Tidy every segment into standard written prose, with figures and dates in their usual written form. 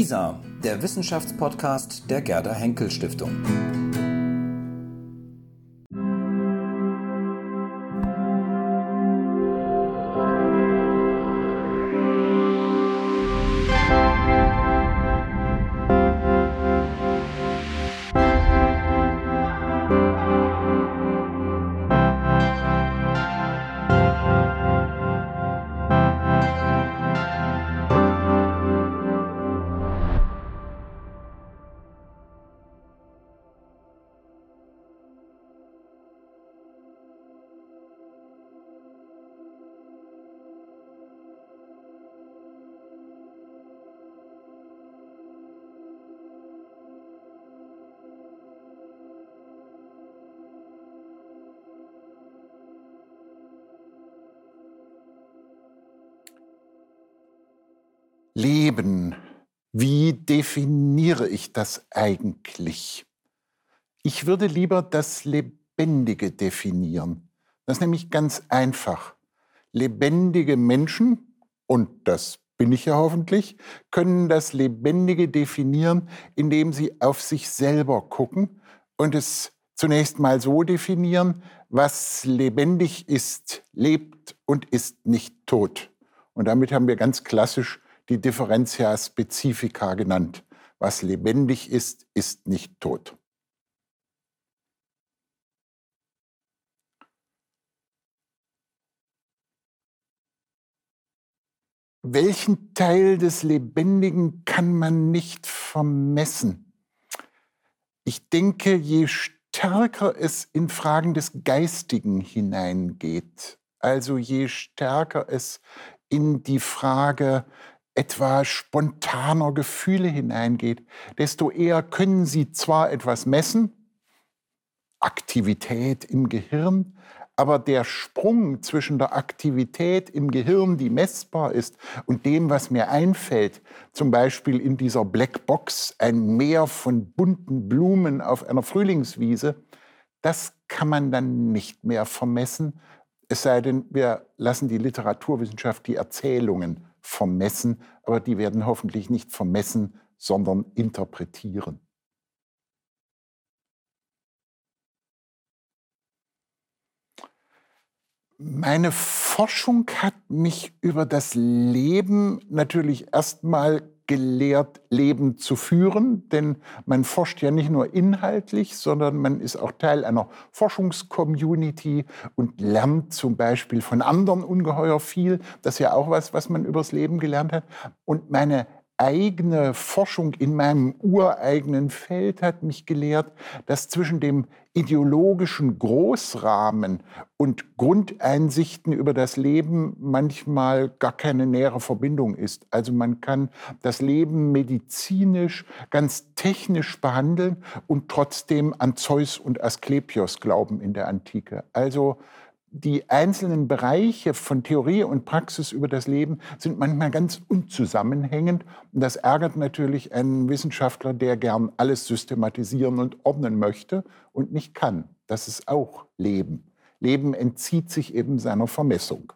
WISA, der Wissenschaftspodcast der Gerda Henkel Stiftung. Leben. Wie definiere ich das eigentlich? Ich würde lieber das Lebendige definieren. Das ist nämlich ganz einfach. Lebendige Menschen, und das bin ich ja hoffentlich, können das Lebendige definieren, indem sie auf sich selber gucken und es zunächst mal so definieren, was lebendig ist, lebt und ist nicht tot. Und damit haben wir ganz klassisch die Differentia Specifica genannt. Was lebendig ist, ist nicht tot. Welchen Teil des Lebendigen kann man nicht vermessen? Ich denke, je stärker es in Fragen des Geistigen hineingeht, also je stärker es in die Frage etwa spontaner Gefühle hineingeht, desto eher können Sie zwar etwas messen, Aktivität im Gehirn, aber der Sprung zwischen der Aktivität im Gehirn, die messbar ist, und dem, was mir einfällt, zum Beispiel in dieser Blackbox ein Meer von bunten Blumen auf einer Frühlingswiese, das kann man dann nicht mehr vermessen, es sei denn, wir lassen die Literaturwissenschaft die Erzählungen vermessen, aber die werden hoffentlich nicht vermessen, sondern interpretieren. Meine Forschung hat mich über das Leben natürlich erstmal gelehrt, Leben zu führen, denn man forscht ja nicht nur inhaltlich, sondern man ist auch Teil einer Forschungscommunity und lernt zum Beispiel von anderen ungeheuer viel. Das ist ja auch was man übers Leben gelernt hat. Und meine eigene Forschung in meinem ureigenen Feld hat mich gelehrt, dass zwischen dem ideologischen Großrahmen und Grundeinsichten über das Leben manchmal gar keine nähere Verbindung ist. Also man kann das Leben medizinisch, ganz technisch behandeln und trotzdem an Zeus und Asklepios glauben in der Antike. Also die einzelnen Bereiche von Theorie und Praxis über das Leben sind manchmal ganz unzusammenhängend. Und das ärgert natürlich einen Wissenschaftler, der gern alles systematisieren und ordnen möchte und nicht kann. Das ist auch Leben. Leben entzieht sich eben seiner Vermessung.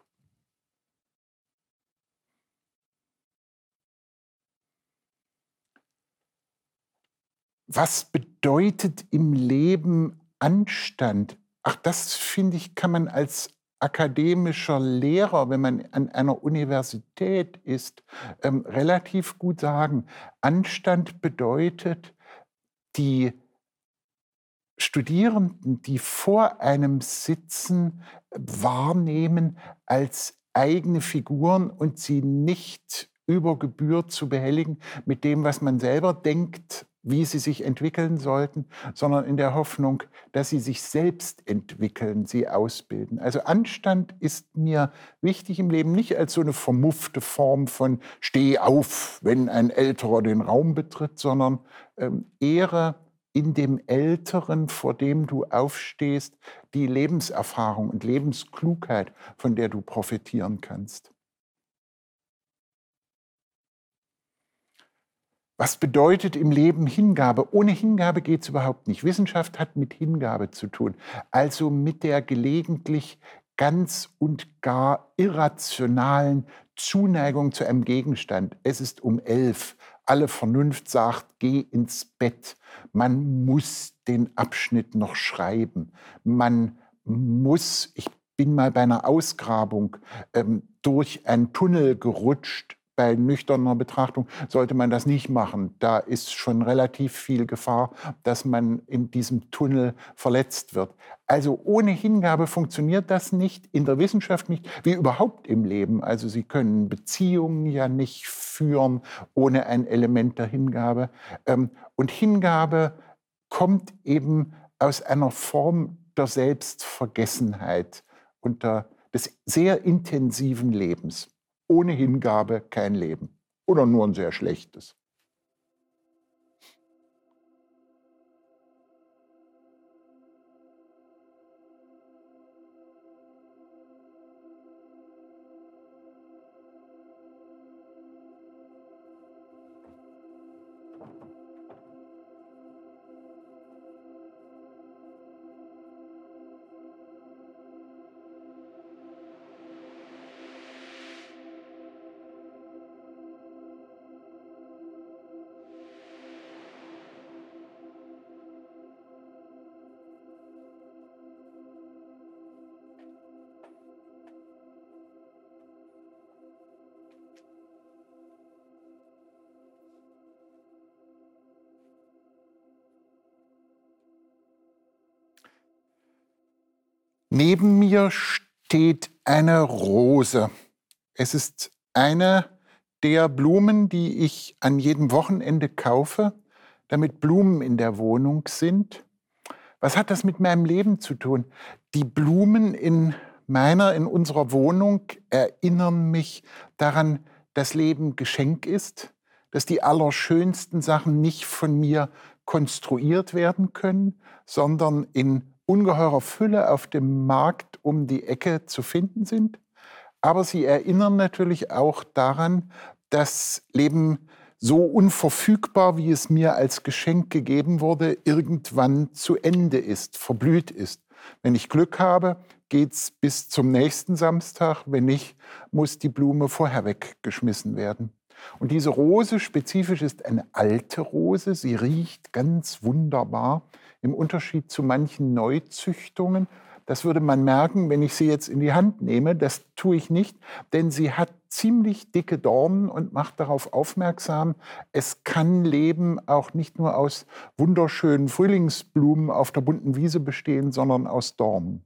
Was bedeutet im Leben Anstand? Ach, das finde ich, kann man als akademischer Lehrer, wenn man an einer Universität ist, relativ gut sagen. Anstand bedeutet, die Studierenden, die vor einem sitzen, wahrnehmen als eigene Figuren und sie nicht über Gebühr zu behelligen mit dem, was man selber denkt, wie sie sich entwickeln sollten, sondern in der Hoffnung, dass sie sich selbst entwickeln, sie ausbilden. Also Anstand ist mir wichtig im Leben, nicht als so eine vermuffte Form von Steh auf, wenn ein Älterer den Raum betritt, sondern Ehre in dem Älteren, vor dem du aufstehst, die Lebenserfahrung und Lebensklugheit, von der du profitieren kannst. Was bedeutet im Leben Hingabe? Ohne Hingabe geht es überhaupt nicht. Wissenschaft hat mit Hingabe zu tun, also mit der gelegentlich ganz und gar irrationalen Zuneigung zu einem Gegenstand. Es ist um 11. Alle Vernunft sagt, geh ins Bett. Man muss den Abschnitt noch schreiben. Man muss, ich bin mal bei einer Ausgrabung durch einen Tunnel gerutscht. Bei nüchterner Betrachtung sollte man das nicht machen. Da ist schon relativ viel Gefahr, dass man in diesem Tunnel verletzt wird. Also ohne Hingabe funktioniert das nicht, in der Wissenschaft nicht, wie überhaupt im Leben. Also Sie können Beziehungen ja nicht führen ohne ein Element der Hingabe. Und Hingabe kommt eben aus einer Form der Selbstvergessenheit und des sehr intensiven Lebens. Ohne Hingabe kein Leben oder nur ein sehr schlechtes. Neben mir steht eine Rose. Es ist eine der Blumen, die ich an jedem Wochenende kaufe, damit Blumen in der Wohnung sind. Was hat das mit meinem Leben zu tun? Die Blumen in unserer Wohnung erinnern mich daran, dass Leben Geschenk ist, dass die allerschönsten Sachen nicht von mir konstruiert werden können, sondern in ungeheurer Fülle auf dem Markt um die Ecke zu finden sind. Aber sie erinnern natürlich auch daran, dass Leben so unverfügbar, wie es mir als Geschenk gegeben wurde, irgendwann zu Ende ist, verblüht ist. Wenn ich Glück habe, geht's bis zum nächsten Samstag. Wenn nicht, muss die Blume vorher weggeschmissen werden. Und diese Rose spezifisch ist eine alte Rose. Sie riecht ganz wunderbar. Im Unterschied zu manchen Neuzüchtungen. Das würde man merken, wenn ich sie jetzt in die Hand nehme. Das tue ich nicht, denn sie hat ziemlich dicke Dornen und macht darauf aufmerksam, es kann Leben auch nicht nur aus wunderschönen Frühlingsblumen auf der bunten Wiese bestehen, sondern aus Dornen.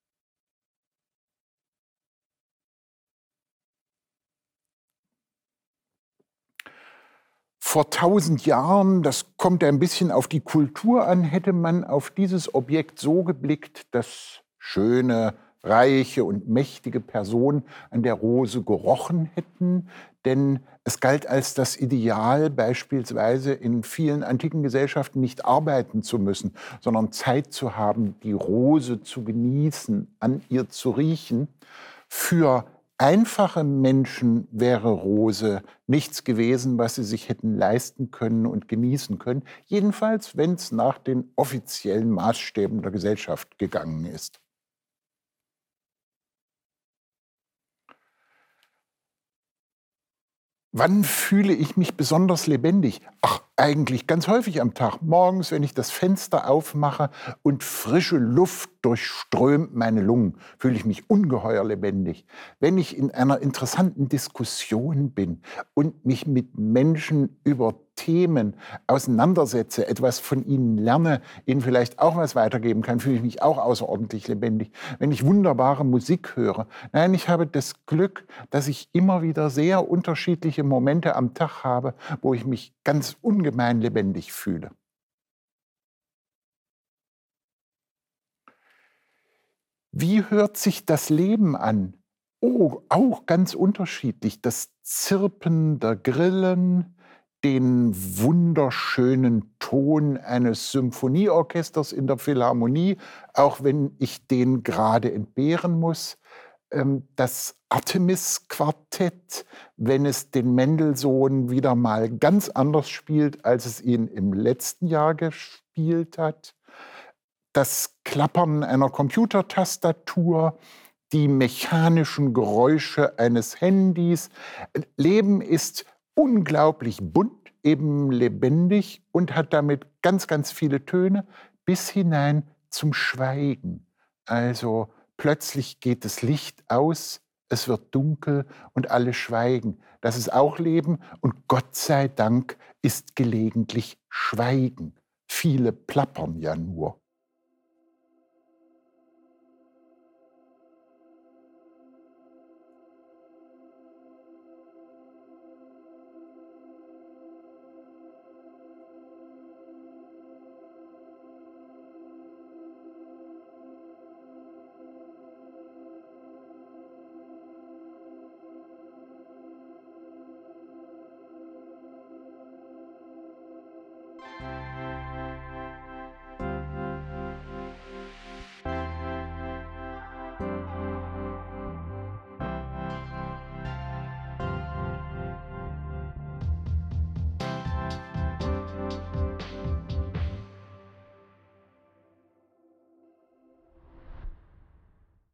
Vor 1000 Jahren, das kommt ein bisschen auf die Kultur an, hätte man auf dieses Objekt so geblickt, dass schöne, reiche und mächtige Personen an der Rose gerochen hätten. Denn es galt als das Ideal, beispielsweise in vielen antiken Gesellschaften nicht arbeiten zu müssen, sondern Zeit zu haben, die Rose zu genießen, an ihr zu riechen. Für einfache Menschen wäre Rose nichts gewesen, was sie sich hätten leisten können und genießen können. Jedenfalls, wenn es nach den offiziellen Maßstäben der Gesellschaft gegangen ist. Wann fühle ich mich besonders lebendig? Ach, eigentlich ganz häufig am Tag. Morgens, wenn ich das Fenster aufmache und frische Luft durchströmt meine Lungen, fühle ich mich ungeheuer lebendig. Wenn ich in einer interessanten Diskussion bin und mich mit Menschen über Themen auseinandersetze, etwas von ihnen lerne, ihnen vielleicht auch was weitergeben kann, fühle ich mich auch außerordentlich lebendig. Wenn ich wunderbare Musik höre. Nein, ich habe das Glück, dass ich immer wieder sehr unterschiedliche Momente am Tag habe, wo ich mich ganz ungemein lebendig fühle. Wie hört sich das Leben an? Oh, auch ganz unterschiedlich. Das Zirpen der Grillen, den wunderschönen Ton eines Symphonieorchesters in der Philharmonie, auch wenn ich den gerade entbehren muss. Das Artemis-Quartett, wenn es den Mendelssohn wieder mal ganz anders spielt, als es ihn im letzten Jahr gespielt hat. Das Klappern einer Computertastatur, die mechanischen Geräusche eines Handys. Leben ist unglaublich bunt, eben lebendig und hat damit ganz, ganz viele Töne bis hinein zum Schweigen. Also plötzlich geht das Licht aus, es wird dunkel und alle schweigen. Das ist auch Leben und Gott sei Dank ist gelegentlich Schweigen. Viele plappern ja nur.